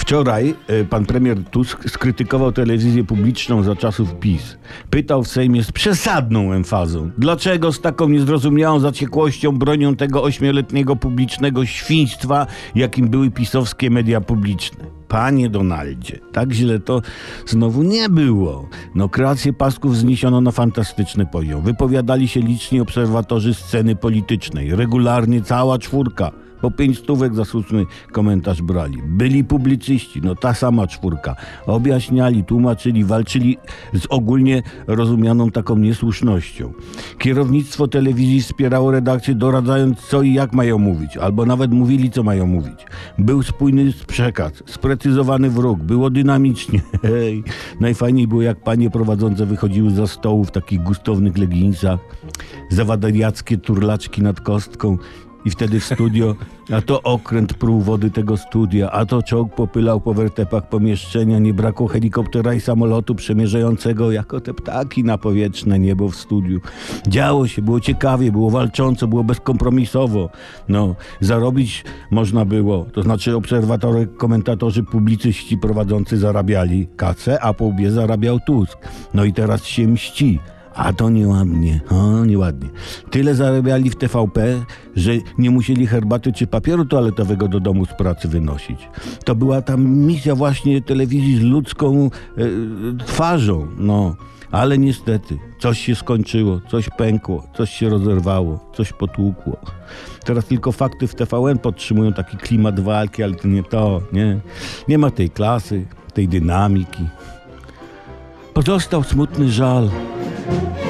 Wczoraj pan premier Tusk skrytykował telewizję publiczną za czasów PiS. Pytał w Sejmie z przesadną emfazą, dlaczego z taką niezrozumiałą zaciekłością bronią tego 8-letniego publicznego świństwa, jakim były pisowskie media publiczne. Panie Donaldzie, tak źle to znowu nie było. No, kreację pasków zniesiono na fantastyczny poziom. Wypowiadali się liczni obserwatorzy sceny politycznej. Regularnie cała czwórka. Po 5 stówek za słuszny komentarz brali. Byli publicyści, no ta sama czwórka. Objaśniali, tłumaczyli, walczyli z ogólnie rozumianą taką niesłusznością. Kierownictwo telewizji wspierało redakcję, doradzając co i jak mają mówić, albo nawet mówili, co mają mówić. Był spójny przekaz, sprecyzowany wróg, było dynamicznie. Hej. Najfajniej było, jak panie prowadzące wychodziły za stołu w takich gustownych leginsach, zawadariackie turlaczki nad kostką. I wtedy w studio, a to okręt pruł wody tego studia, a to czołg popylał po wertepach pomieszczenia, nie brakło helikoptera i samolotu przemierzającego jako te ptaki na powietrzne niebo w studiu. Działo się, było ciekawie, było walcząco, było bezkompromisowo. No, zarobić można było, to znaczy obserwatorzy, komentatorzy, publicyści prowadzący zarabiali kasę, a po łbie zarabiał Tusk. No i teraz się mści. A to nieładnie, nieładnie. Tyle zarabiali w TVP, że nie musieli herbaty czy papieru toaletowego do domu z pracy wynosić. To była ta misja właśnie telewizji z ludzką twarzą, no. Ale niestety, coś się skończyło, coś pękło, coś się rozerwało, coś potłukło. Teraz tylko fakty w TVN podtrzymują taki klimat walki, ale to nie to, nie. Nie ma tej klasy, tej dynamiki. Pozostał smutny żal.